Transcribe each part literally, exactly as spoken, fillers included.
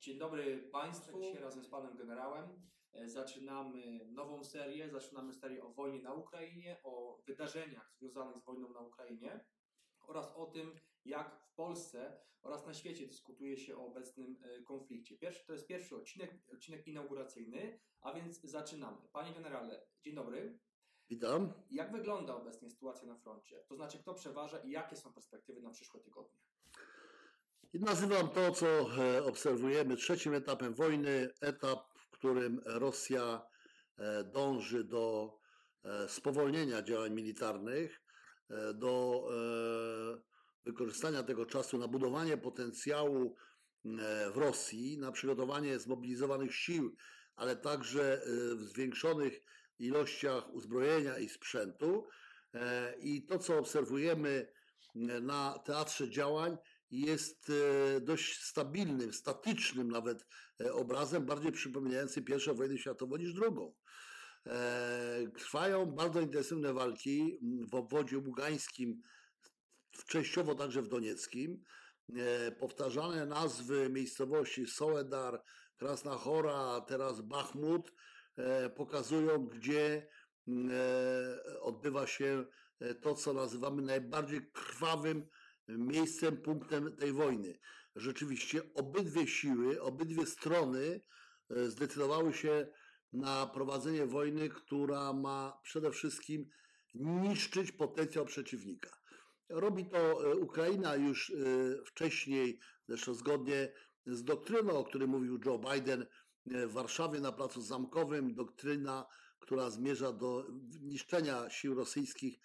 Dzień dobry Państwu. Dzisiaj razem z Panem Generałem zaczynamy nową serię. Zaczynamy serię o wojnie na Ukrainie, o wydarzeniach związanych z wojną na Ukrainie oraz o tym, jak w Polsce oraz na świecie dyskutuje się o obecnym konflikcie. Pierwszy, to jest pierwszy odcinek, odcinek inauguracyjny, a więc zaczynamy. Panie Generale, dzień dobry. Witam. Jak wygląda obecnie sytuacja na froncie? To znaczy, kto przeważa i jakie są perspektywy na przyszłe tygodnie? I nazywam to, co obserwujemy, trzecim etapem wojny. Etap, w którym Rosja dąży do spowolnienia działań militarnych, do wykorzystania tego czasu na budowanie potencjału w Rosji, na przygotowanie zmobilizowanych sił, ale także w zwiększonych ilościach uzbrojenia i sprzętu. I to, co obserwujemy na teatrze działań, jest dość stabilnym, statycznym nawet obrazem, bardziej przypominającym pierwszą wojnę światową niż drugą. Trwają bardzo intensywne walki w obwodzie ługańskim, częściowo także w donieckim. Powtarzane nazwy miejscowości Soledar, Krasna Hora, teraz Bachmut pokazują, gdzie odbywa się to, co nazywamy najbardziej krwawym miejscem, punktem tej wojny. Rzeczywiście obydwie siły, obydwie strony zdecydowały się na prowadzenie wojny, która ma przede wszystkim niszczyć potencjał przeciwnika. Robi to Ukraina już wcześniej, zresztą zgodnie z doktryną, o której mówił Joe Biden w Warszawie na Placu Zamkowym, doktryna, która zmierza do niszczenia sił rosyjskich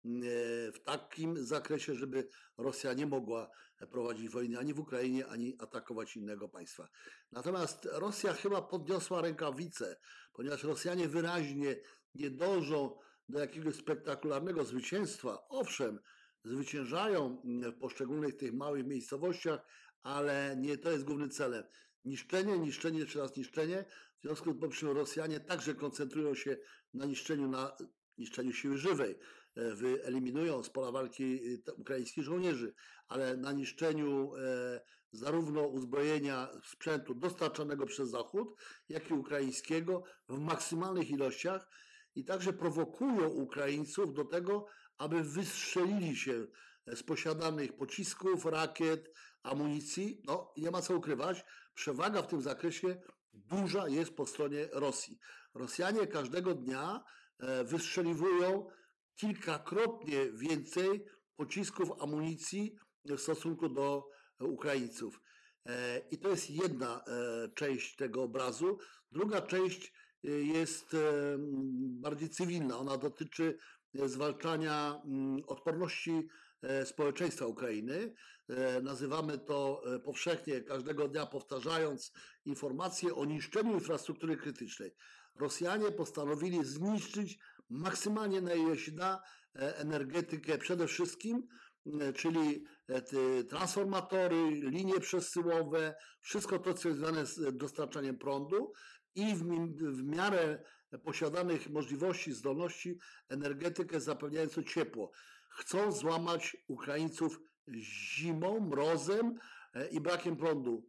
w takim zakresie, żeby Rosja nie mogła prowadzić wojny ani w Ukrainie, ani atakować innego państwa. Natomiast Rosja chyba podniosła rękawice, ponieważ Rosjanie wyraźnie nie dążą do jakiegoś spektakularnego zwycięstwa. Owszem, zwyciężają w poszczególnych tych małych miejscowościach, ale nie to jest głównym celem. Niszczenie, niszczenie, jeszcze raz niszczenie. W związku z czym Rosjanie także koncentrują się na niszczeniu, na niszczeniu siły żywej. Wyeliminują z pola walki ukraińskich żołnierzy, ale na niszczeniu zarówno uzbrojenia, sprzętu dostarczanego przez Zachód, jak i ukraińskiego w maksymalnych ilościach i także prowokują Ukraińców do tego, aby wystrzelili się z posiadanych pocisków, rakiet, amunicji. No, nie ma co ukrywać, przewaga w tym zakresie duża jest po stronie Rosji. Rosjanie każdego dnia wystrzeliwują kilkakrotnie więcej pocisków, amunicji w stosunku do Ukraińców. I to jest jedna część tego obrazu. Druga część jest bardziej cywilna. Ona dotyczy zwalczania odporności społeczeństwa Ukrainy. Nazywamy to powszechnie, każdego dnia powtarzając informacje o niszczeniu infrastruktury krytycznej. Rosjanie postanowili zniszczyć maksymalnie na ile się da energetykę przede wszystkim, czyli transformatory, linie przesyłowe, wszystko to, co jest związane z dostarczaniem prądu i w, w miarę posiadanych możliwości, zdolności energetykę zapewniającą ciepło. Chcą złamać Ukraińców zimą, mrozem i brakiem prądu.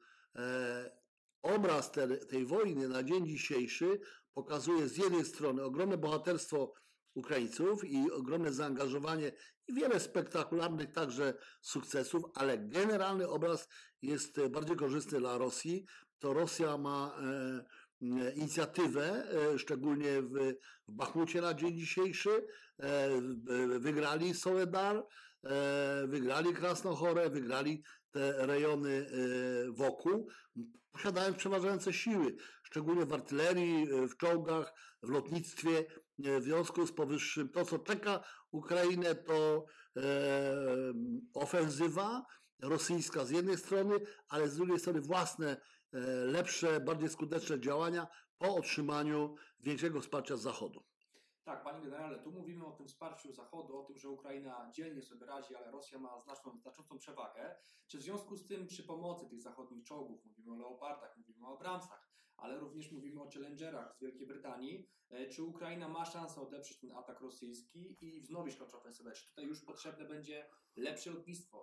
Obraz te, tej wojny na dzień dzisiejszy pokazuje z jednej strony ogromne bohaterstwo Ukraińców i ogromne zaangażowanie i wiele spektakularnych także sukcesów, ale generalny obraz jest bardziej korzystny dla Rosji. To Rosja ma e, inicjatywę, e, szczególnie w, w Bachmucie na dzień dzisiejszy. E, wygrali Soledar, e, wygrali Krasnochorę, wygrali te rejony wokół, posiadając przeważające siły, szczególnie w artylerii, w czołgach, w lotnictwie. W związku z powyższym to, co czeka Ukrainę, to e, ofensywa rosyjska z jednej strony, ale z drugiej strony własne, e, lepsze, bardziej skuteczne działania po otrzymaniu większego wsparcia z Zachodu. Tak, panie generale, tu mówimy o tym wsparciu Zachodu, o tym, że Ukraina dzielnie sobie radzi, ale Rosja ma znaczną, znaczącą przewagę. Czy w związku z tym przy pomocy tych zachodnich czołgów, mówimy o Leopardach, mówimy o Abramsach, ale również mówimy o Challengerach z Wielkiej Brytanii, czy Ukraina ma szansę odeprzeć ten atak rosyjski i wznowić kontrofensywę? Czy tutaj już potrzebne będzie lepsze lotnictwo?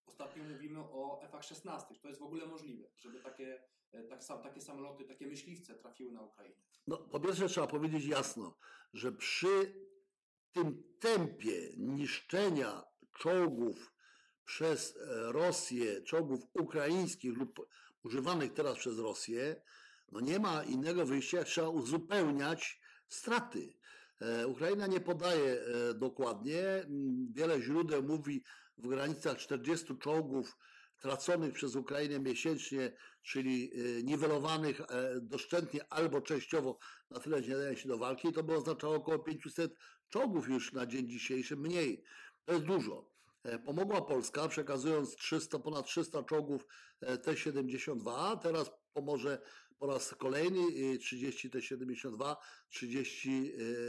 Ostatnio mówimy o F szesnaście. To jest w ogóle możliwe, żeby takie, tak, sam, takie samoloty, takie myśliwce trafiły na Ukrainę? No, po pierwsze trzeba powiedzieć jasno, że przy tym tempie niszczenia czołgów przez Rosję, czołgów ukraińskich lub używanych teraz przez Rosję, no nie ma innego wyjścia, jak trzeba uzupełniać straty. Ukraina nie podaje dokładnie. Wiele źródeł mówi w granicach czterdziestu czołgów traconych przez Ukrainę miesięcznie, czyli niwelowanych doszczętnie albo częściowo na tyle, że nie dają się do walki. To by oznaczało około pięćset czołgów już na dzień dzisiejszy mniej. To jest dużo. Pomogła Polska, przekazując trzysta, ponad trzysta czołgów T siedemdziesiąt dwa. Teraz pomoże po raz kolejny trzydzieści T siedemdziesiąt dwa, trzydzieści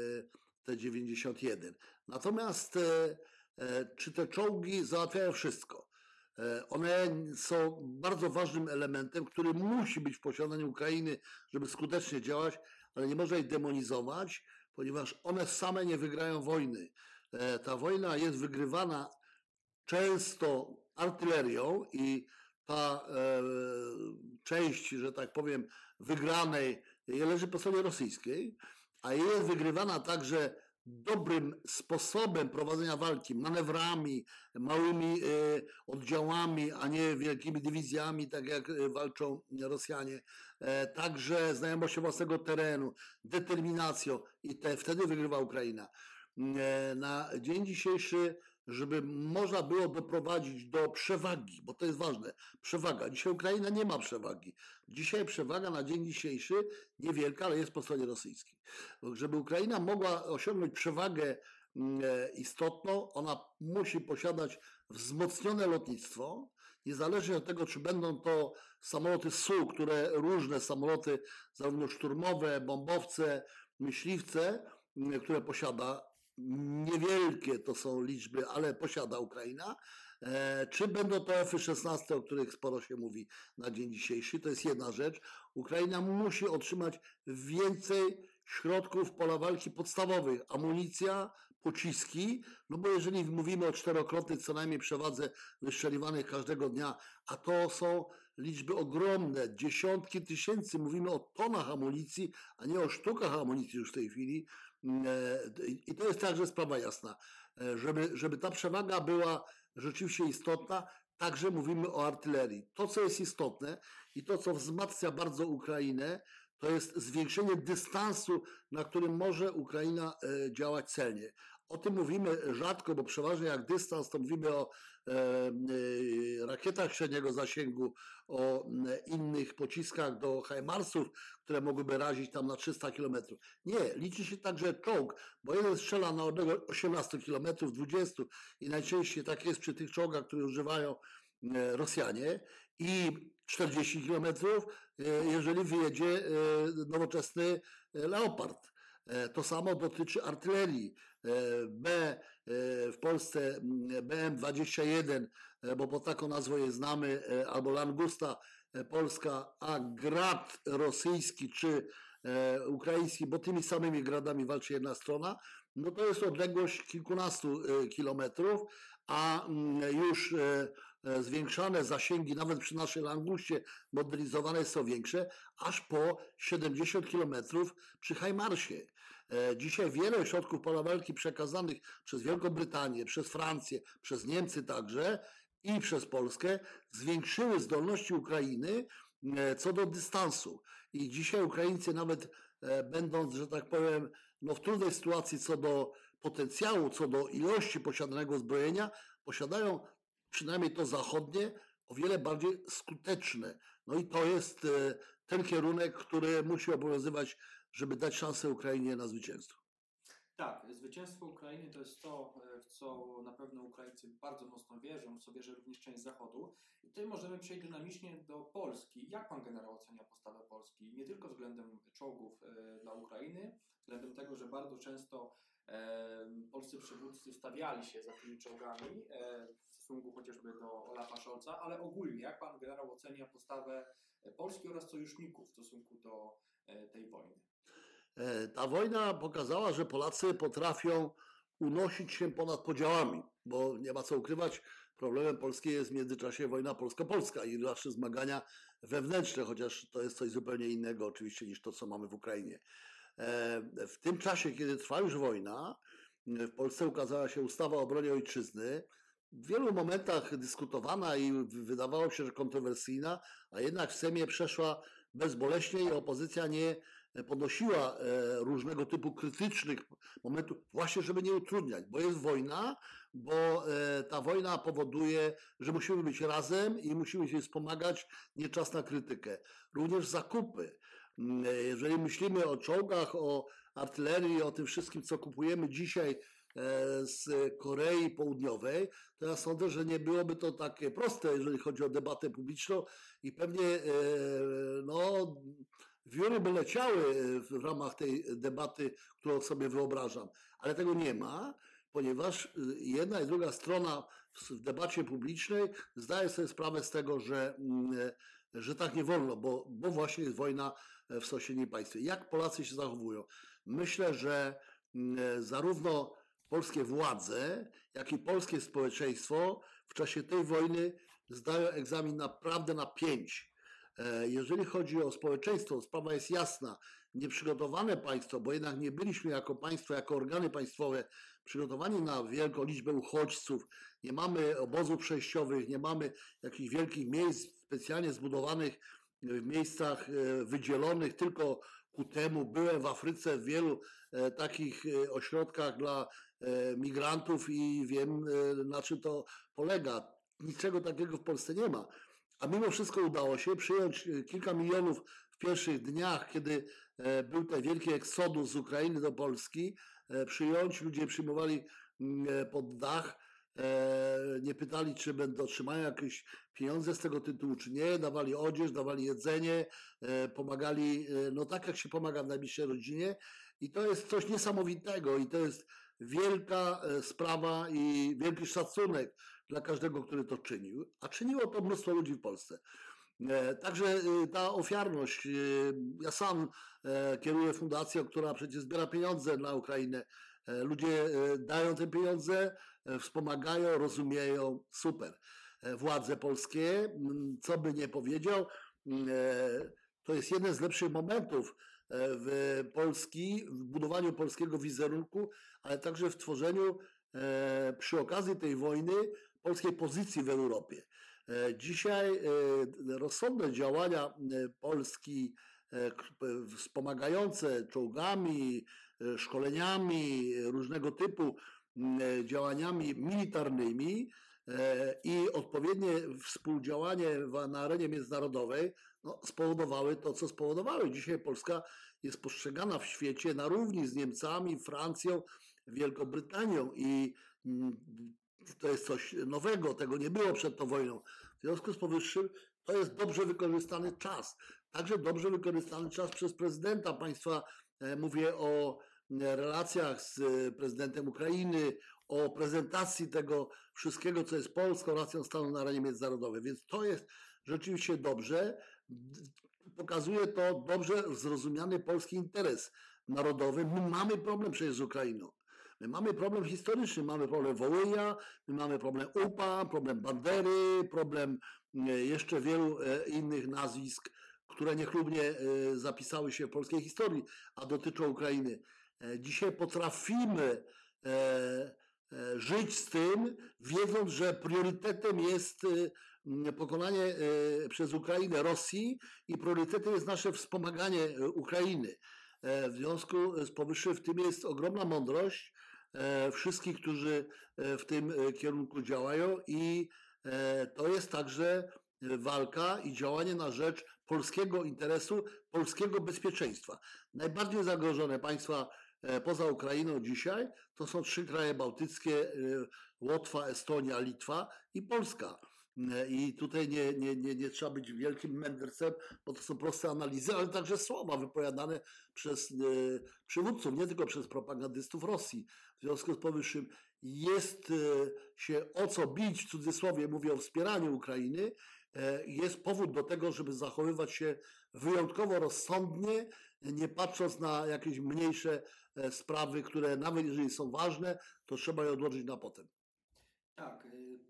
T dziewięćdziesiąt jeden. Natomiast czy te czołgi załatwiają wszystko? One są bardzo ważnym elementem, który musi być w posiadaniu Ukrainy, żeby skutecznie działać, ale nie można ich demonizować, ponieważ one same nie wygrają wojny. Ta wojna jest wygrywana często artylerią i ta e, część, że tak powiem, wygranej leży po stronie rosyjskiej, a jest wygrywana także dobrym sposobem prowadzenia walki, manewrami, małymi e, oddziałami, a nie wielkimi dywizjami, tak jak walczą Rosjanie. E, także znajomością własnego terenu, determinacją i te, wtedy wygrywa Ukraina. E, na dzień dzisiejszy, żeby można było doprowadzić do przewagi, bo to jest ważne, przewaga. Dzisiaj Ukraina nie ma przewagi. Dzisiaj przewaga na dzień dzisiejszy niewielka, ale jest po stronie rosyjskiej. Żeby Ukraina mogła osiągnąć przewagę istotną, ona musi posiadać wzmocnione lotnictwo, niezależnie od tego, czy będą to samoloty S U, które różne samoloty, zarówno szturmowe, bombowce, myśliwce, które posiada. Niewielkie to są liczby, ale posiada Ukraina. E, czy będą to F szesnaście, o których sporo się mówi na dzień dzisiejszy? To jest jedna rzecz. Ukraina musi otrzymać więcej środków pola walki podstawowych. Amunicja, pociski, no bo jeżeli mówimy o czterokrotnej co najmniej przewadze wystrzeliwanych każdego dnia, a to są liczby ogromne, dziesiątki tysięcy, mówimy o tonach amunicji, a nie o sztukach amunicji już w tej chwili. I to jest także sprawa jasna, żeby, żeby ta przewaga była rzeczywiście istotna, także mówimy o artylerii. To, co jest istotne i to, co wzmacnia bardzo Ukrainę, to jest zwiększenie dystansu, na którym może Ukraina działać celnie. O tym mówimy rzadko, bo przeważnie jak dystans, to mówimy o e, e, rakietach średniego zasięgu, o innych pociskach do hajmarsów, które mogłyby razić tam na trzysta kilometrów. Nie, liczy się także czołg, bo jeden strzela na odległość osiemnaście kilometrów, dwadzieścia i najczęściej tak jest przy tych czołgach, które używają Rosjanie i czterdzieści kilometrów, jeżeli wyjedzie nowoczesny Leopard. To samo dotyczy artylerii. B w Polsce B M dwadzieścia jeden, bo pod taką nazwą je znamy, albo Langusta polska, a grad rosyjski czy ukraiński, bo tymi samymi gradami walczy jedna strona, no to jest odległość kilkunastu kilometrów, a już zwiększane zasięgi, nawet przy naszej Languście modernizowane są większe, aż po siedemdziesiąt kilometrów przy Hajmarsie. Dzisiaj wiele środków pola walki przekazanych przez Wielką Brytanię, przez Francję, przez Niemcy także i przez Polskę zwiększyły zdolności Ukrainy co do dystansu. I dzisiaj Ukraińcy nawet będąc, że tak powiem, no w trudnej sytuacji co do potencjału, co do ilości posiadanego uzbrojenia, posiadają przynajmniej to zachodnie o wiele bardziej skuteczne. No i to jest ten kierunek, który musi obowiązywać, żeby dać szansę Ukrainie na zwycięstwo. Tak, zwycięstwo Ukrainy to jest to, w co na pewno Ukraińcy bardzo mocno wierzą, w co wierzy również część Zachodu. I tutaj możemy przejść dynamicznie do Polski. Jak pan generał ocenia postawę Polski? Nie tylko względem czołgów e, dla Ukrainy, względem tego, że bardzo często e, polscy przywódcy stawiali się za tymi czołgami e, w stosunku chociażby do Olafa Scholza, ale ogólnie jak pan generał ocenia postawę Polski oraz sojuszników w stosunku do e, tej wojny? Ta wojna pokazała, że Polacy potrafią unosić się ponad podziałami, bo nie ma co ukrywać, problemem Polski jest w międzyczasie wojna polsko-polska i nasze zmagania wewnętrzne, chociaż to jest coś zupełnie innego oczywiście niż to, co mamy w Ukrainie. W tym czasie, kiedy trwa już wojna, w Polsce ukazała się ustawa o obronie ojczyzny, w wielu momentach dyskutowana i wydawało się, że kontrowersyjna, a jednak w Sejmie przeszła bezboleśnie i opozycja nie podnosiła różnego typu krytycznych momentów, właśnie żeby nie utrudniać, bo jest wojna, bo ta wojna powoduje, że musimy być razem i musimy się wspomagać, nie czas na krytykę. Również zakupy. Jeżeli myślimy o czołgach, o artylerii, o tym wszystkim, co kupujemy dzisiaj z Korei Południowej, to ja sądzę, że nie byłoby to takie proste, jeżeli chodzi o debatę publiczną i pewnie no, wióry by leciały w ramach tej debaty, którą sobie wyobrażam, ale tego nie ma, ponieważ jedna i druga strona w debacie publicznej zdaje sobie sprawę z tego, że, że tak nie wolno, bo, bo właśnie jest wojna w sąsiednim państwie. Jak Polacy się zachowują? Myślę, że zarówno polskie władze, jak i polskie społeczeństwo w czasie tej wojny zdają egzamin naprawdę na pięć. Jeżeli chodzi o społeczeństwo, sprawa jest jasna. Nieprzygotowane państwo, bo jednak nie byliśmy jako państwo, jako organy państwowe przygotowani na wielką liczbę uchodźców, nie mamy obozów przejściowych, nie mamy jakichś wielkich miejsc specjalnie zbudowanych w miejscach wydzielonych tylko ku temu. Byłem w Afryce w wielu takich ośrodkach dla migrantów i wiem, na czym to polega. Niczego takiego w Polsce nie ma. A mimo wszystko udało się przyjąć kilka milionów w pierwszych dniach, kiedy był ten wielki eksodus z Ukrainy do Polski, przyjąć. Ludzie przyjmowali pod dach, nie pytali, czy będą otrzymają jakieś pieniądze z tego tytułu, czy nie. Dawali odzież, dawali jedzenie, pomagali, no tak jak się pomaga w najbliższej rodzinie. I to jest coś niesamowitego i to jest wielka sprawa i wielki szacunek dla każdego, który to czynił, a czyniło to mnóstwo ludzi w Polsce. Także ta ofiarność, ja sam kieruję fundację, która przecież zbiera pieniądze na Ukrainę. Ludzie dają te pieniądze, wspomagają, rozumieją, super. Władze polskie, co by nie powiedział, to jest jeden z lepszych momentów w Polski, w budowaniu polskiego wizerunku, ale także w tworzeniu przy okazji tej wojny polskiej pozycji w Europie. Dzisiaj rozsądne działania Polski wspomagające czołgami, szkoleniami, różnego typu działaniami militarnymi i odpowiednie współdziałanie na arenie międzynarodowej no, spowodowały to, co spowodowały. Dzisiaj Polska jest postrzegana w świecie na równi z Niemcami, Francją, Wielkobrytanią i to jest coś nowego, tego nie było przed tą wojną. W związku z powyższym to jest dobrze wykorzystany czas. Także dobrze wykorzystany czas przez prezydenta państwa. Mówię o relacjach z prezydentem Ukrainy, o prezentacji tego wszystkiego, co jest polską racją stanu na arenie międzynarodowej. Więc to jest rzeczywiście dobrze. Pokazuje to dobrze zrozumiany polski interes narodowy. My mamy problem przecież z Ukrainą. My mamy problem historyczny, mamy problem Wołynia, my mamy problem U P A, problem Bandery, problem jeszcze wielu innych nazwisk, które niechlubnie zapisały się w polskiej historii, a dotyczą Ukrainy. Dzisiaj potrafimy żyć z tym, wiedząc, że priorytetem jest pokonanie przez Ukrainę Rosji i priorytetem jest nasze wspomaganie Ukrainy. W związku z powyższym w tym jest ogromna mądrość wszystkich, którzy w tym kierunku działają i to jest także walka i działanie na rzecz polskiego interesu, polskiego bezpieczeństwa. Najbardziej zagrożone państwa poza Ukrainą dzisiaj to są trzy kraje bałtyckie, Łotwa, Estonia, Litwa i Polska. I tutaj nie, nie, nie, nie trzeba być wielkim mędrcem, bo to są proste analizy, ale także słowa wypowiadane przez e, przywódców, nie tylko przez propagandystów Rosji. W związku z powyższym jest e, się o co bić, w cudzysłowie mówię o wspieraniu Ukrainy, e, jest powód do tego, żeby zachowywać się wyjątkowo rozsądnie, nie patrząc na jakieś mniejsze e, sprawy, które nawet jeżeli są ważne, to trzeba je odłożyć na potem. Tak,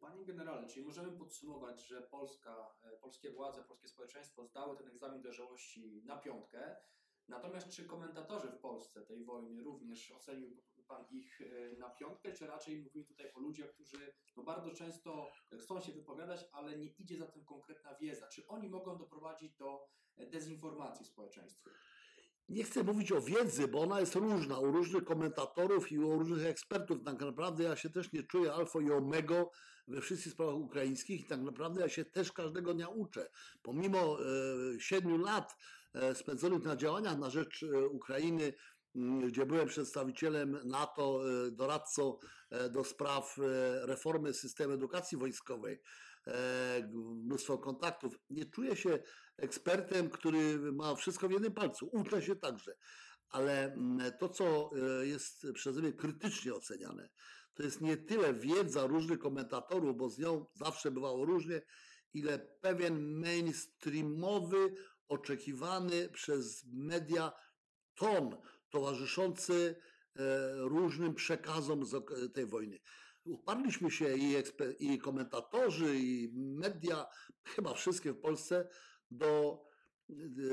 Panie generale, czyli możemy podsumować, że Polska, e, polskie władze, polskie społeczeństwo zdały ten egzamin dojrzałości na piątkę. Natomiast czy komentatorzy w Polsce tej wojny również ocenił Pan ich e, na piątkę, czy raczej mówimy tutaj o ludziach, którzy no bardzo często chcą się wypowiadać, ale nie idzie za tym konkretna wiedza? Czy oni mogą doprowadzić do dezinformacji w społeczeństwie? Nie chcę mówić o wiedzy, bo ona jest różna u różnych komentatorów i u różnych ekspertów. Tak naprawdę ja się też nie czuję alfą i omegą we wszystkich sprawach ukraińskich i tak naprawdę ja się też każdego dnia uczę. Pomimo e, siedmiu lat e, spędzonych na działaniach na rzecz e, Ukrainy, m, gdzie byłem przedstawicielem NATO, e, doradcą e, do spraw e, reformy systemu edukacji wojskowej, e, mnóstwo kontaktów, nie czuję się ekspertem, który ma wszystko w jednym palcu. Uczę się także. Ale to, co jest przeze mnie krytycznie oceniane, to jest nie tyle wiedza różnych komentatorów, bo z nią zawsze bywało różnie, ile pewien mainstreamowy, oczekiwany przez media ton towarzyszący różnym przekazom z tej wojny. Uparliśmy się i, eksper- i komentatorzy, i media, chyba wszystkie w Polsce, do e,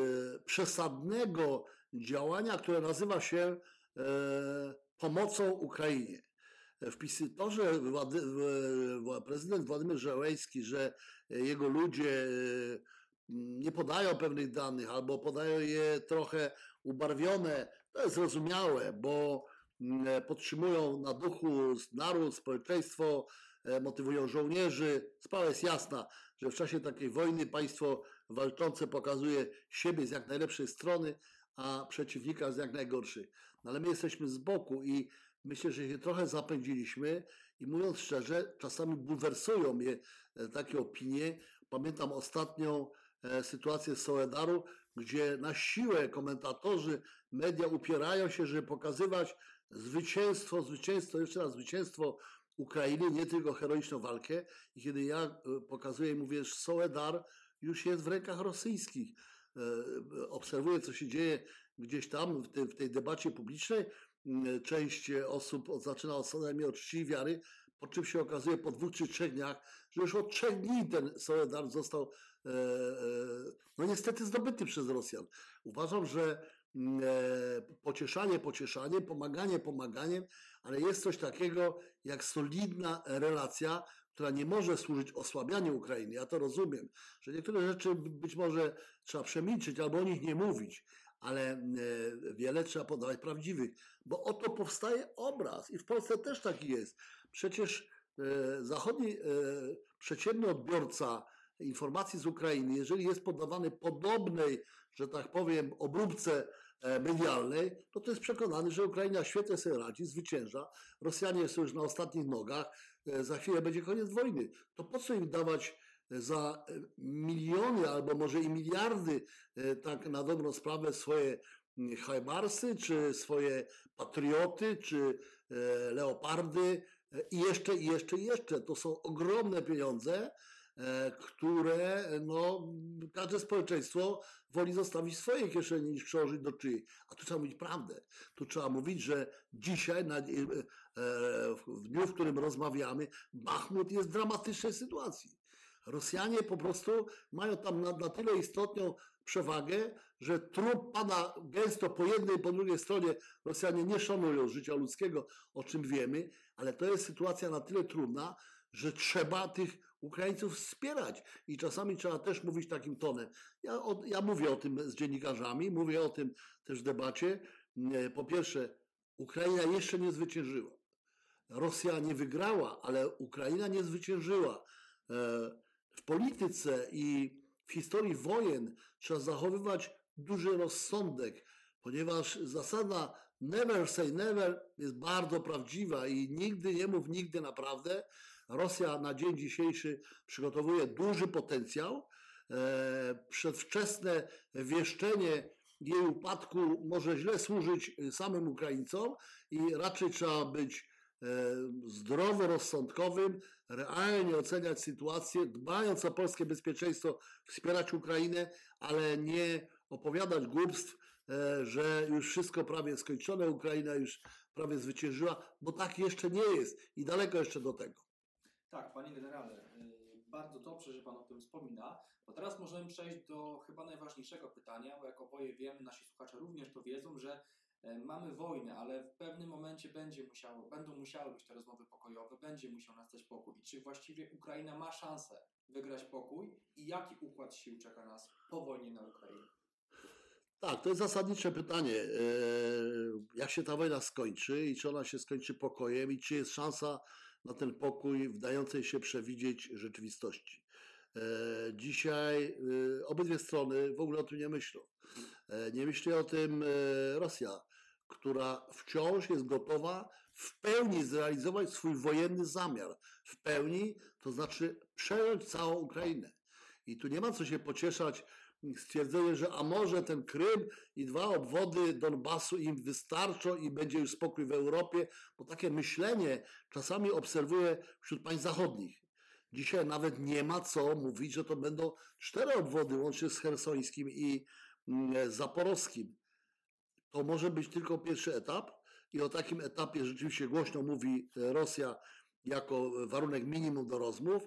przesadnego działania, które nazywa się e, pomocą Ukrainie. Wpisy to, że Włady, w, prezydent Władimir Żeleński, że jego ludzie nie podają pewnych danych albo podają je trochę ubarwione, to jest zrozumiałe, bo podtrzymują na duchu naród, społeczeństwo, motywują żołnierzy. Sprawa jest jasna, że w czasie takiej wojny państwo walczące pokazuje siebie z jak najlepszej strony, a przeciwnika z jak najgorszej. No ale my jesteśmy z boku i myślę, że się trochę zapędziliśmy i mówiąc szczerze, czasami bulwersują mnie takie opinie. Pamiętam ostatnią sytuację z Soledaru, gdzie na siłę komentatorzy, media upierają się, żeby pokazywać zwycięstwo, zwycięstwo, jeszcze raz zwycięstwo Ukrainy, nie tylko heroiczną walkę. I kiedy ja pokazuję i mówię, że Soledar już jest w rękach rosyjskich. Obserwuję, co się dzieje gdzieś tam w, tej, w tej debacie publicznej. Część osób zaczyna odsadzać mnie od czci wiary, po czym się okazuje po dwóch czy trzech dniach, że już od trzech dni ten Soledar został e, e, no niestety zdobyty przez Rosjan. Uważam, że e, pocieszanie pocieszaniem, pomaganie pomaganiem, ale jest coś takiego jak solidna relacja, która nie może służyć osłabianiu Ukrainy. Ja to rozumiem, że niektóre rzeczy być może trzeba przemilczyć albo o nich nie mówić, ale wiele trzeba podawać prawdziwych, bo oto powstaje obraz i w Polsce też taki jest. Przecież zachodni przeciętny odbiorca informacji z Ukrainy, jeżeli jest poddawany podobnej, że tak powiem, obróbce medialnej, no to jest przekonany, że Ukraina świetnie sobie radzi, zwycięża, Rosjanie są już na ostatnich nogach, za chwilę będzie koniec wojny. To po co im dawać za miliony albo może i miliardy, tak na dobrą sprawę, swoje hajmarsy, czy swoje patrioty, czy leopardy i jeszcze, i jeszcze, i jeszcze. To są ogromne pieniądze, które no, każde społeczeństwo woli zostawić w swojej kieszeni niż przełożyć do czyjej. A tu trzeba mówić prawdę. Tu trzeba mówić, że dzisiaj, na, w dniu, w którym rozmawiamy, Bachmut jest w dramatycznej sytuacji. Rosjanie po prostu mają tam na, na tyle istotną przewagę, że trup pada gęsto po jednej i po drugiej stronie. Rosjanie nie szanują życia ludzkiego, o czym wiemy, ale to jest sytuacja na tyle trudna, że trzeba tych Ukraińców wspierać i czasami trzeba też mówić takim tonem. Ja, o, ja mówię o tym z dziennikarzami, mówię o tym też w debacie. Po pierwsze, Ukraina jeszcze nie zwyciężyła. Rosja nie wygrała, ale Ukraina nie zwyciężyła. W polityce i w historii wojen trzeba zachowywać duży rozsądek, ponieważ zasada never say never jest bardzo prawdziwa i nigdy nie mów nigdy naprawdę. Rosja na dzień dzisiejszy przygotowuje duży potencjał. Przedwczesne wieszczenie jej upadku może źle służyć samym Ukraińcom i raczej trzeba być zdroworozsądkowym, realnie oceniać sytuację, dbając o polskie bezpieczeństwo, wspierać Ukrainę, ale nie opowiadać głupstw, że już wszystko prawie skończone, Ukraina już prawie zwyciężyła, bo tak jeszcze nie jest i daleko jeszcze do tego. Tak, panie generale, y, bardzo dobrze, że pan o tym wspomina, bo teraz możemy przejść do chyba najważniejszego pytania, bo jak oboje wiemy, nasi słuchacze również to wiedzą, że e, mamy wojnę, ale w pewnym momencie będzie musiało, będą musiały być te rozmowy pokojowe, będzie musiał nastać pokój. I czy właściwie Ukraina ma szansę wygrać pokój i jaki układ sił czeka nas po wojnie na Ukrainie? Tak, to jest zasadnicze pytanie. e, Jak się ta wojna skończy i czy ona się skończy pokojem i czy jest szansa na ten pokój w dającej się przewidzieć rzeczywistości. E, Dzisiaj e, obydwie strony w ogóle o tym nie myślą. E, Nie myśli o tym e, Rosja, która wciąż jest gotowa w pełni zrealizować swój wojenny zamiar. W pełni, to znaczy przejąć całą Ukrainę. I tu nie ma co się pocieszać stwierdzeniem, że a może ten Krym i dwa obwody Donbasu im wystarczą i będzie już spokój w Europie, bo takie myślenie czasami obserwuję wśród państw zachodnich. Dzisiaj nawet nie ma co mówić, że to będą cztery obwody, łącznie z chersońskim i mm, zaporowskim. To może być tylko pierwszy etap i o takim etapie rzeczywiście głośno mówi Rosja jako warunek minimum do rozmów,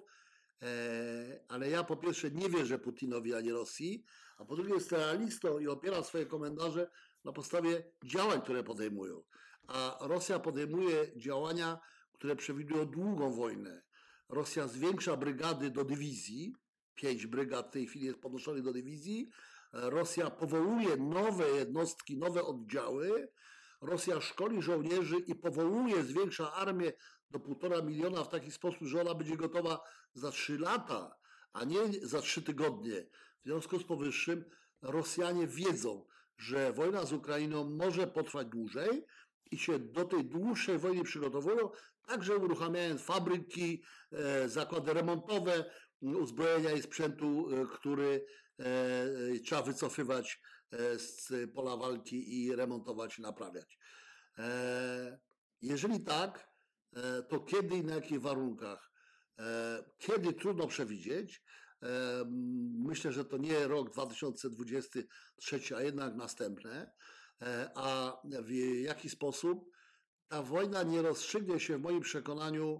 e, ale ja po pierwsze nie wierzę Putinowi ani Rosji, a po drugie jest realistą i opiera swoje komentarze na podstawie działań, które podejmują. A Rosja podejmuje działania, które przewidują długą wojnę. Rosja zwiększa brygady do dywizji, pięć brygad w tej chwili jest podnoszonych do dywizji, Rosja powołuje nowe jednostki, nowe oddziały, Rosja szkoli żołnierzy i powołuje, zwiększa armię do półtora miliona w taki sposób, że ona będzie gotowa za trzy lata, a nie za trzy tygodnie. W związku z powyższym Rosjanie wiedzą, że wojna z Ukrainą może potrwać dłużej i się do tej dłuższej wojny przygotowują, także uruchamiając fabryki, e, zakłady remontowe, uzbrojenia i sprzętu, e, który e, trzeba wycofywać e, z pola walki i remontować, naprawiać. E, jeżeli tak, e, to kiedy i na jakich warunkach? E, kiedy trudno przewidzieć. E, myślę, że to nie rok dwa tysiące dwudziesty trzeci, a jednak następne. E, a w jaki sposób? Ta wojna nie rozstrzygnie się w moim przekonaniu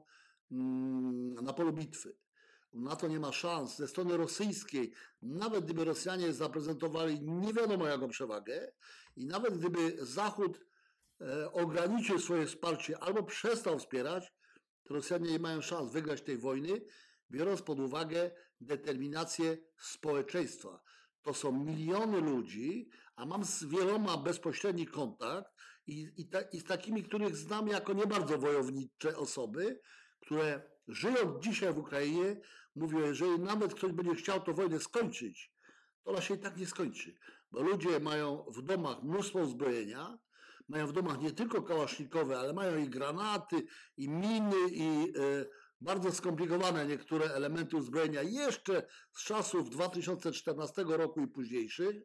mm, na polu bitwy. Na to nie ma szans. Ze strony rosyjskiej, nawet gdyby Rosjanie zaprezentowali nie wiadomo jaką przewagę i nawet gdyby Zachód e, ograniczył swoje wsparcie albo przestał wspierać, to Rosjanie nie mają szans wygrać tej wojny, biorąc pod uwagę determinację społeczeństwa. To są miliony ludzi, a mam z wieloma bezpośredni kontakt i, i, ta, i z takimi, których znam jako nie bardzo wojownicze osoby, które żyją dzisiaj w Ukrainie, mówią, jeżeli nawet ktoś będzie chciał tę wojnę skończyć, to ona się i tak nie skończy. Bo ludzie mają w domach mnóstwo uzbrojenia, mają w domach nie tylko kałasznikowe, ale mają i granaty, i miny, i e, bardzo skomplikowane niektóre elementy uzbrojenia jeszcze z czasów dwa tysiące czternastego roku i późniejszych.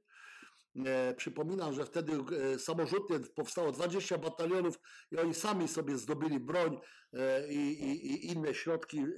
E, przypominam, że wtedy e, samorzutnie powstało dwadzieścia batalionów i oni sami sobie zdobyli broń e, i, i, i inne środki e,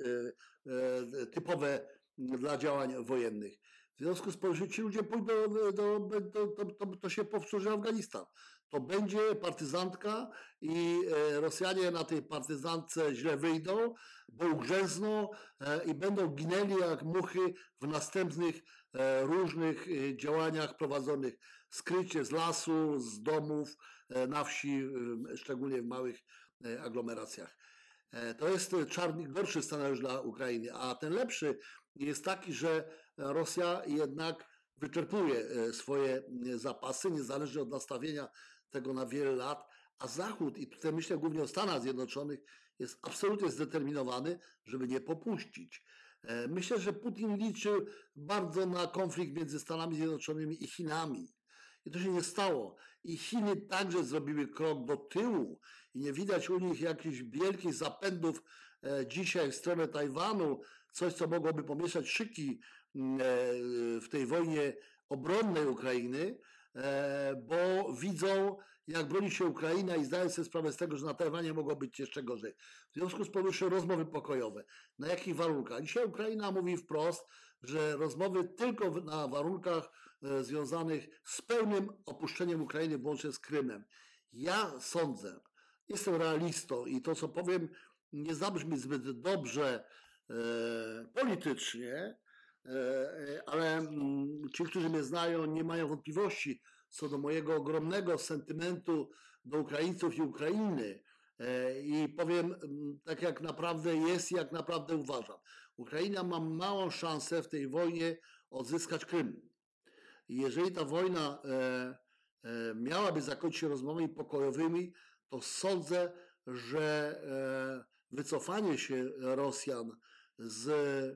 e, typowe dla działań wojennych. W związku z tym, że ci ludzie pójdą, do, do, do, to, to się powtórzy Afganistan. To będzie partyzantka i e, Rosjanie na tej partyzantce źle wyjdą, bo ugrzęzną e, i będą ginęli jak muchy w następnych e, różnych e, działaniach prowadzonych skrycie z lasu, z domów, e, na wsi, e, szczególnie w małych e, aglomeracjach. E, to jest czarny, gorszy scenariusz dla Ukrainy, a ten lepszy jest taki, że Rosja jednak wyczerpuje swoje zapasy, niezależnie od nastawienia tego na wiele lat, a Zachód, i tutaj myślę głównie o Stanach Zjednoczonych, jest absolutnie zdeterminowany, żeby nie popuścić. Myślę, że Putin liczył bardzo na konflikt między Stanami Zjednoczonymi i Chinami. I to się nie stało. I Chiny także zrobiły krok do tyłu i nie widać u nich jakichś wielkich zapędów dzisiaj w stronę Tajwanu, coś co mogłoby pomieszać szyki w tej wojnie obronnej Ukrainy, bo widzą, jak broni się Ukraina i zdają sobie sprawę z tego, że na Tajwanie mogło być jeszcze gorzej. W związku z powyższym rozmowy pokojowe. Na jakich warunkach? Dzisiaj Ukraina mówi wprost, że rozmowy tylko na warunkach związanych z pełnym opuszczeniem Ukrainy, włącznie z Krymem. Ja sądzę, jestem realistą i to, co powiem, nie zabrzmi zbyt dobrze, politycznie, ale ci, którzy mnie znają, nie mają wątpliwości co do mojego ogromnego sentymentu do Ukraińców i Ukrainy. I powiem tak, jak naprawdę jest, jak naprawdę uważam. Ukraina ma małą szansę w tej wojnie odzyskać Krym. I jeżeli ta wojna miałaby zakończyć się rozmowami pokojowymi, to sądzę, że wycofanie się Rosjan z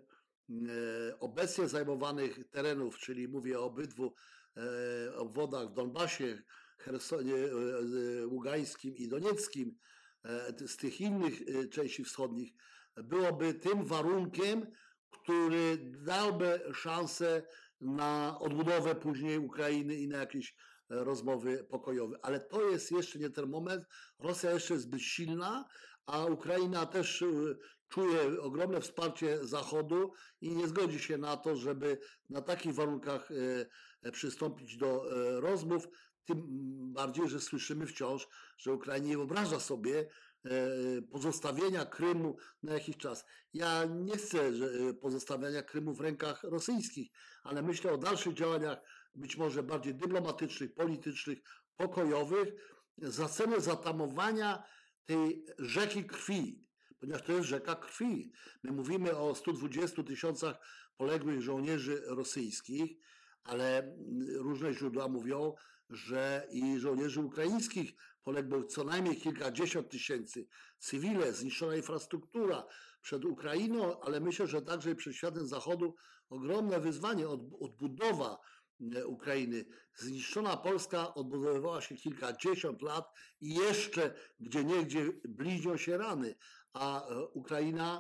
obecnie zajmowanych terenów, czyli mówię o obydwu obwodach w Donbasie, Chersonie, Ługańskim i Donieckim, z tych innych części wschodnich, byłoby tym warunkiem, który dałby szansę na odbudowę później Ukrainy i na jakieś rozmowy pokojowe. Ale to jest jeszcze nie ten moment. Rosja jeszcze jest zbyt silna, a Ukraina też czuje ogromne wsparcie Zachodu i nie zgodzi się na to, żeby na takich warunkach przystąpić do rozmów. Tym bardziej, że słyszymy wciąż, że Ukraina nie wyobraża sobie pozostawienia Krymu na jakiś czas. Ja nie chcę pozostawiania Krymu w rękach rosyjskich, ale myślę o dalszych działaniach, być może bardziej dyplomatycznych, politycznych, pokojowych, za cenę zatamowania tej rzeki krwi, ponieważ to jest rzeka krwi. My mówimy o stu dwudziestu tysiącach poległych żołnierzy rosyjskich, ale różne źródła mówią, że i żołnierzy ukraińskich poległo co najmniej kilkadziesiąt tysięcy, cywile, zniszczona infrastruktura przed Ukrainą, ale myślę, że także przed światem Zachodu ogromne wyzwanie, odbudowa Ukrainy. Zniszczona Polska odbudowywała się kilkadziesiąt lat i jeszcze gdzieniegdzie bliźnią się rany, a Ukraina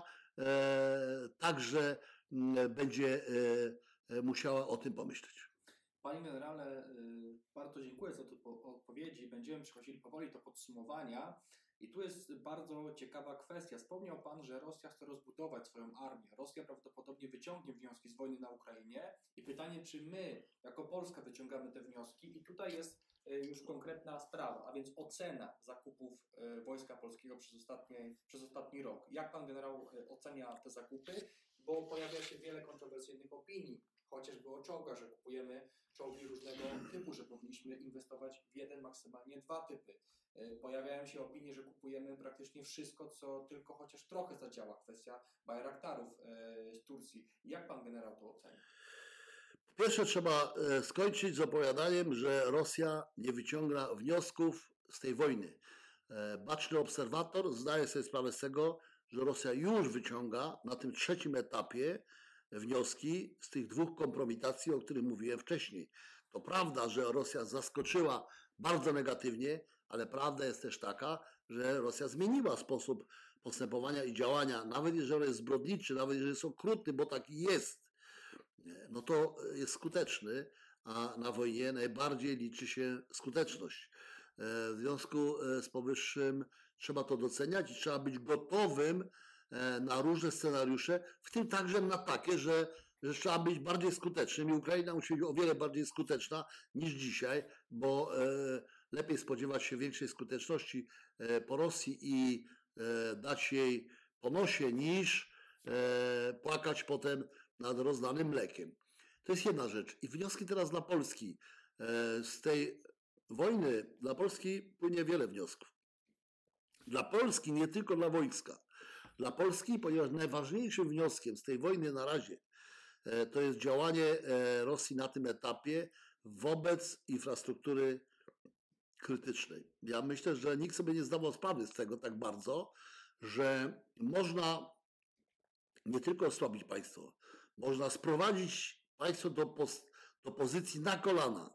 e, także będzie e, musiała o tym pomyśleć. Panie generale, bardzo dziękuję za te odpowiedzi. Będziemy przechodzili powoli do podsumowania. I tu jest bardzo ciekawa kwestia. Wspomniał Pan, że Rosja chce rozbudować swoją armię. Rosja prawdopodobnie wyciągnie wnioski z wojny na Ukrainie. I pytanie, czy my, jako Polska, wyciągamy te wnioski? I tutaj jest już konkretna sprawa, a więc ocena zakupów Wojska Polskiego przez ostatni, przez ostatni rok. Jak Pan generał ocenia te zakupy? Bo pojawia się wiele kontrowersyjnych opinii, chociażby o czołgach, że kupujemy czołgi różnego typu, że powinniśmy inwestować w jeden, maksymalnie dwa typy. Pojawiają się opinie, że kupujemy praktycznie wszystko, co tylko chociaż trochę zadziała. Kwestia Bayraktarów z Turcji. Jak Pan generał to ocenia? Po pierwsze trzeba skończyć z opowiadaniem, że Rosja nie wyciąga wniosków z tej wojny. Baczny obserwator zdaje sobie sprawę z tego, że Rosja już wyciąga na tym trzecim etapie wnioski z tych dwóch kompromitacji, o których mówiłem wcześniej. To prawda, że Rosja zaskoczyła bardzo negatywnie, ale prawda jest też taka, że Rosja zmieniła sposób postępowania i działania, nawet jeżeli jest zbrodniczy, nawet jeżeli jest okrutny, bo tak jest, no to jest skuteczny, a na wojnie najbardziej liczy się skuteczność. W związku z powyższym trzeba to doceniać i trzeba być gotowym na różne scenariusze, w tym także na takie, że, że trzeba być bardziej skutecznym i Ukraina musi być o wiele bardziej skuteczna niż dzisiaj, bo e, lepiej spodziewać się większej skuteczności e, po Rosji i e, dać jej po nosie, niż e, płakać potem nad rozlanym mlekiem. To jest jedna rzecz. I wnioski teraz dla Polski. E, z tej wojny dla Polski płynie wiele wniosków. Dla Polski, nie tylko dla wojska. Dla Polski, ponieważ najważniejszym wnioskiem z tej wojny na razie to jest działanie Rosji na tym etapie wobec infrastruktury krytycznej. Ja myślę, że nikt sobie nie zdawał sprawy z tego tak bardzo, że można nie tylko osłabić państwo, można sprowadzić państwo do, pos- do pozycji na kolana,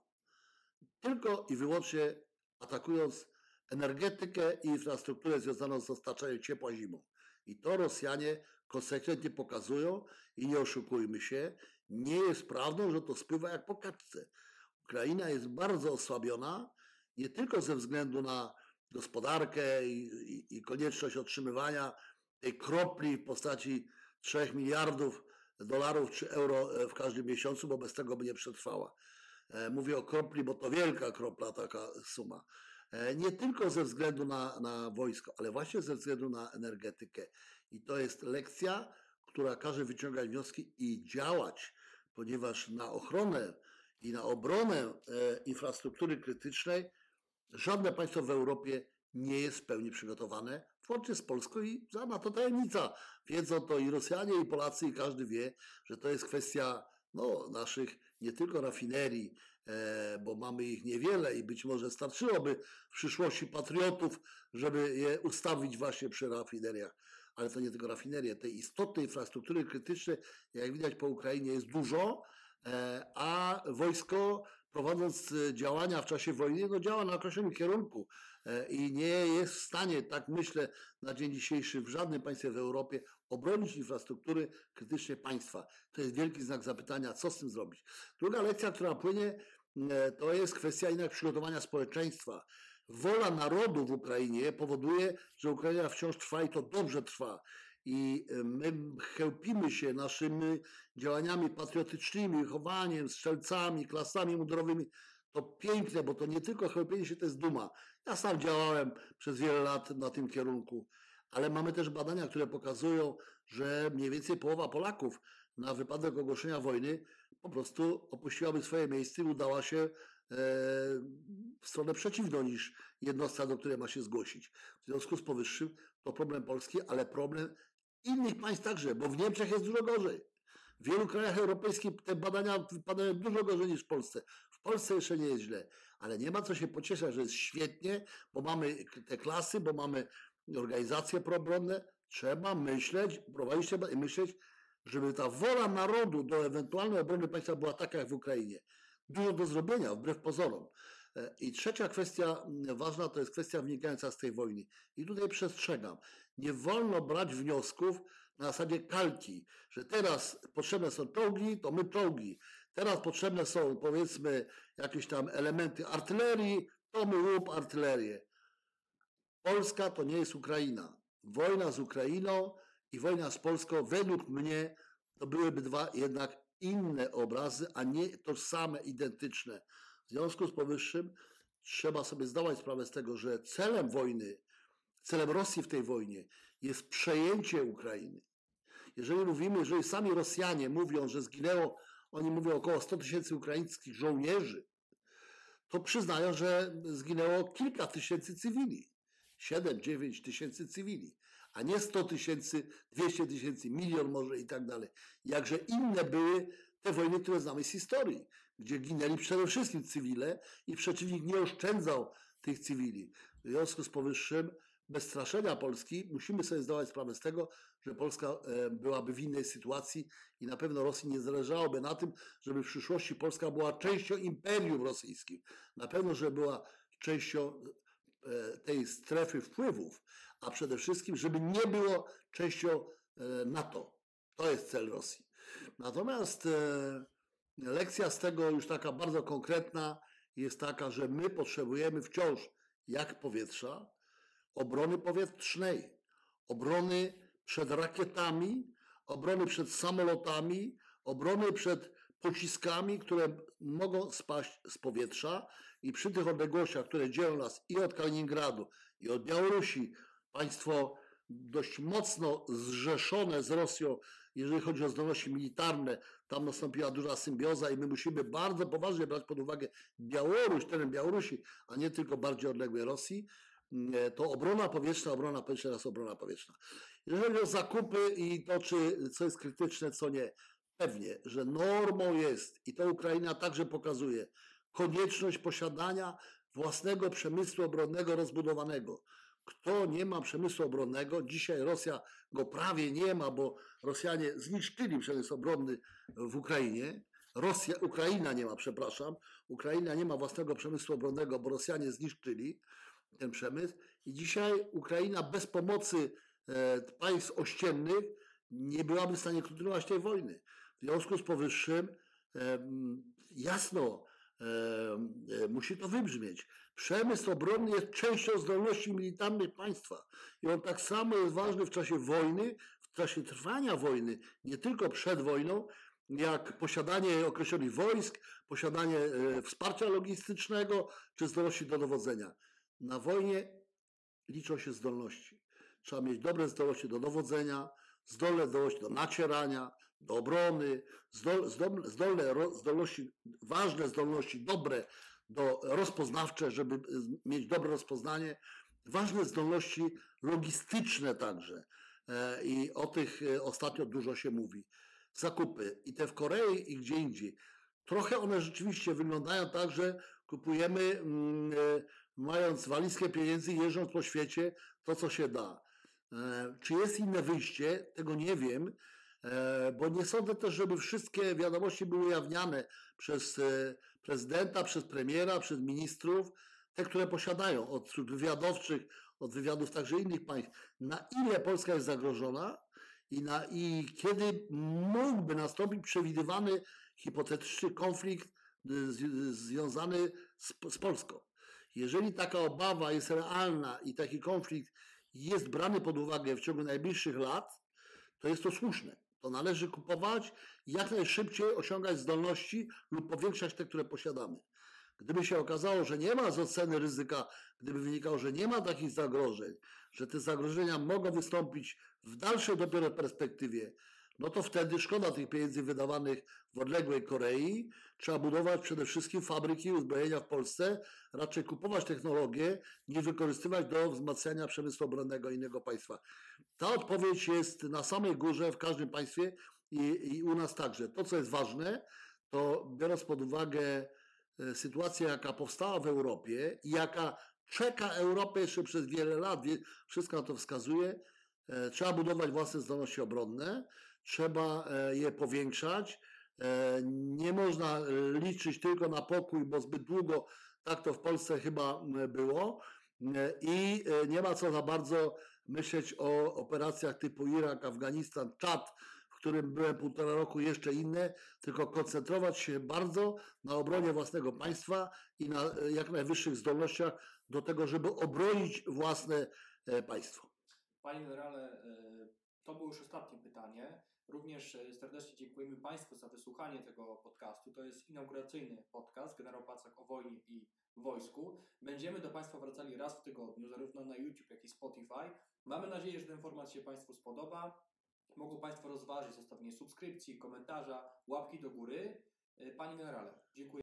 tylko i wyłącznie atakując energetykę i infrastrukturę związaną z dostarczaniem ciepła zimą. I to Rosjanie konsekwentnie pokazują i nie oszukujmy się, nie jest prawdą, że to spływa jak po kaczce. Ukraina jest bardzo osłabiona, nie tylko ze względu na gospodarkę i, i, i konieczność otrzymywania tej kropli w postaci trzech miliardów dolarów czy euro w każdym miesiącu, bo bez tego by nie przetrwała. Mówię o kropli, bo to wielka kropla, taka suma. Nie tylko ze względu na, na wojsko, ale właśnie ze względu na energetykę. I to jest lekcja, która każe wyciągać wnioski i działać, ponieważ na ochronę i na obronę e, infrastruktury krytycznej żadne państwo w Europie nie jest w pełni przygotowane, włącznie z Polską i żadna to tajemnica. Wiedzą to i Rosjanie, i Polacy, i każdy wie, że to jest kwestia no, naszych nie tylko rafinerii, e, bo mamy ich niewiele i być może starczyłoby w przyszłości patriotów, żeby je ustawić właśnie przy rafineriach. Ale to nie tylko rafinerie, tej istotnej infrastruktury krytycznej, jak widać po Ukrainie, jest dużo, e, a wojsko prowadząc działania w czasie wojny, no działa na określonym kierunku e, i nie jest w stanie, tak myślę, na dzień dzisiejszy w żadnym państwie w Europie obronić infrastruktury krytycznej państwa. To jest wielki znak zapytania, co z tym zrobić. Druga lekcja, która płynie, e, to jest kwestia jednak przygotowania społeczeństwa. Wola narodu w Ukrainie powoduje, że Ukraina wciąż trwa i to dobrze trwa. I my chełpimy się naszymi działaniami patriotycznymi, chowaniem, strzelcami, klasami mundurowymi. To piękne, bo to nie tylko chełpienie się, to jest duma. Ja sam działałem przez wiele lat na tym kierunku, ale mamy też badania, które pokazują, że mniej więcej połowa Polaków na wypadek ogłoszenia wojny po prostu opuściłaby swoje miejsce i udała się w stronę przeciwną niż jednostka, do której ma się zgłosić. W związku z powyższym to problem Polski, ale problem innych państw także, bo w Niemczech jest dużo gorzej. W wielu krajach europejskich te badania wypadają dużo gorzej niż w Polsce. W Polsce jeszcze nie jest źle, ale nie ma co się pocieszać, że jest świetnie, bo mamy te klasy, bo mamy organizacje proobronne. Trzeba myśleć, prowadzić trzeba i myśleć, żeby ta wola narodu do ewentualnej obrony państwa była taka jak w Ukrainie. Dużo do zrobienia, wbrew pozorom. I trzecia kwestia ważna to jest kwestia wynikająca z tej wojny. I tutaj przestrzegam. Nie wolno brać wniosków na zasadzie kalki, że teraz potrzebne są czołgi, to my czołgi. Teraz potrzebne są, powiedzmy, jakieś tam elementy artylerii, to my łup artylerię. Polska to nie jest Ukraina. Wojna z Ukrainą i wojna z Polską według mnie to byłyby dwa jednak inne obrazy, a nie tożsame, identyczne. W związku z powyższym trzeba sobie zdawać sprawę z tego, że celem wojny, celem Rosji w tej wojnie jest przejęcie Ukrainy. Jeżeli mówimy, jeżeli sami Rosjanie mówią, że zginęło, oni mówią około sto tysięcy ukraińskich żołnierzy, to przyznają, że zginęło kilka tysięcy cywili. siedem dziewięć tysięcy cywili, a nie sto tysięcy, dwieście tysięcy, milion może i tak dalej. Jakże inne były te wojny, które znamy z historii, gdzie ginęli przede wszystkim cywile i przeciwnik nie oszczędzał tych cywili. W związku z powyższym, bez straszenia Polski, musimy sobie zdawać sprawę z tego, że Polska byłaby w innej sytuacji i na pewno Rosji nie zależałoby na tym, żeby w przyszłości Polska była częścią imperium rosyjskim. Na pewno, że była częścią tej strefy wpływów, a przede wszystkim, żeby nie było częścią NATO. To jest cel Rosji. Natomiast lekcja z tego już taka bardzo konkretna jest taka, że my potrzebujemy wciąż, jak powietrza, obrony powietrznej, obrony przed rakietami, obrony przed samolotami, obrony przed pociskami, które mogą spaść z powietrza i przy tych odległościach, które dzielą nas i od Kaliningradu, i od Białorusi, państwo dość mocno zrzeszone z Rosją, jeżeli chodzi o zdolności militarne, tam nastąpiła duża symbioza i my musimy bardzo poważnie brać pod uwagę Białoruś, teren Białorusi, a nie tylko bardziej odległej Rosji, to obrona powietrzna, obrona powietrzna raz obrona powietrzna. Jeżeli chodzi o zakupy i to, czy co jest krytyczne, co nie, pewnie, że normą jest, i to Ukraina także pokazuje, konieczność posiadania własnego przemysłu obronnego rozbudowanego. Kto nie ma przemysłu obronnego, dzisiaj Rosja go prawie nie ma, bo Rosjanie zniszczyli przemysł obronny w Ukrainie. Rosja, Ukraina nie ma, przepraszam, Ukraina nie ma własnego przemysłu obronnego, bo Rosjanie zniszczyli ten przemysł i dzisiaj Ukraina bez pomocy e, państw ościennych nie byłaby w stanie kontynuować tej wojny. W związku z powyższym e, jasno e, e, musi to wybrzmieć. Przemysł obronny jest częścią zdolności militarnych państwa i on tak samo jest ważny w czasie wojny, w czasie trwania wojny, nie tylko przed wojną, jak posiadanie określonych wojsk, posiadanie e, wsparcia logistycznego czy zdolności do dowodzenia. Na wojnie liczą się zdolności. Trzeba mieć dobre zdolności do dowodzenia, zdolne zdolności do nacierania, do obrony, zdol, zdol, zdolne ro, zdolności, ważne zdolności, dobre, do rozpoznawcze, żeby mieć dobre rozpoznanie, ważne zdolności logistyczne także. I o tych ostatnio dużo się mówi. Zakupy i te w Korei i gdzie indziej. Trochę one rzeczywiście wyglądają tak, że kupujemy mając walizkę pieniędzy, jeżdżąc po świecie, to co się da. Czy jest inne wyjście? Tego nie wiem, bo nie sądzę też, żeby wszystkie wiadomości były ujawniane przez prezydenta, przez premiera, przez ministrów, te, które posiadają, od wywiadowczych, od wywiadów także innych państw. Na ile Polska jest zagrożona i, na, i kiedy mógłby nastąpić przewidywany hipotetyczny konflikt z, związany z, z Polską. Jeżeli taka obawa jest realna i taki konflikt jest brany pod uwagę w ciągu najbliższych lat, to jest to słuszne. To należy kupować i jak najszybciej osiągać zdolności lub powiększać te, które posiadamy. Gdyby się okazało, że nie ma z oceny ryzyka, gdyby wynikało, że nie ma takich zagrożeń, że te zagrożenia mogą wystąpić w dalszej dopiero perspektywie, no to wtedy szkoda tych pieniędzy wydawanych w odległej Korei. Trzeba budować przede wszystkim fabryki uzbrojenia w Polsce, raczej kupować technologię, niż wykorzystywać do wzmacniania przemysłu obronnego innego państwa. Ta odpowiedź jest na samej górze w każdym państwie i, i u nas także. To, co jest ważne, to biorąc pod uwagę sytuację, jaka powstała w Europie i jaka czeka Europę jeszcze przez wiele lat, wszystko na to wskazuje, trzeba budować własne zdolności obronne, trzeba je powiększać. Nie można liczyć tylko na pokój, bo zbyt długo tak to w Polsce chyba było i nie ma co za bardzo myśleć o operacjach typu Irak, Afganistan, Czad, w którym byłem półtora roku, jeszcze inne, tylko koncentrować się bardzo na obronie własnego państwa i na jak najwyższych zdolnościach do tego, żeby obronić własne państwo. Panie generale, to było już ostatnie pytanie. Również serdecznie dziękujemy Państwu za wysłuchanie tego podcastu. To jest inauguracyjny podcast Generał Pacak o wojnie i wojsku. Będziemy do Państwa wracali raz w tygodniu, zarówno na YouTube, jak i Spotify. Mamy nadzieję, że ten format się Państwu spodoba. Mogą Państwo rozważyć zostawienie subskrypcji, komentarza, łapki do góry. Panie generale, dziękuję.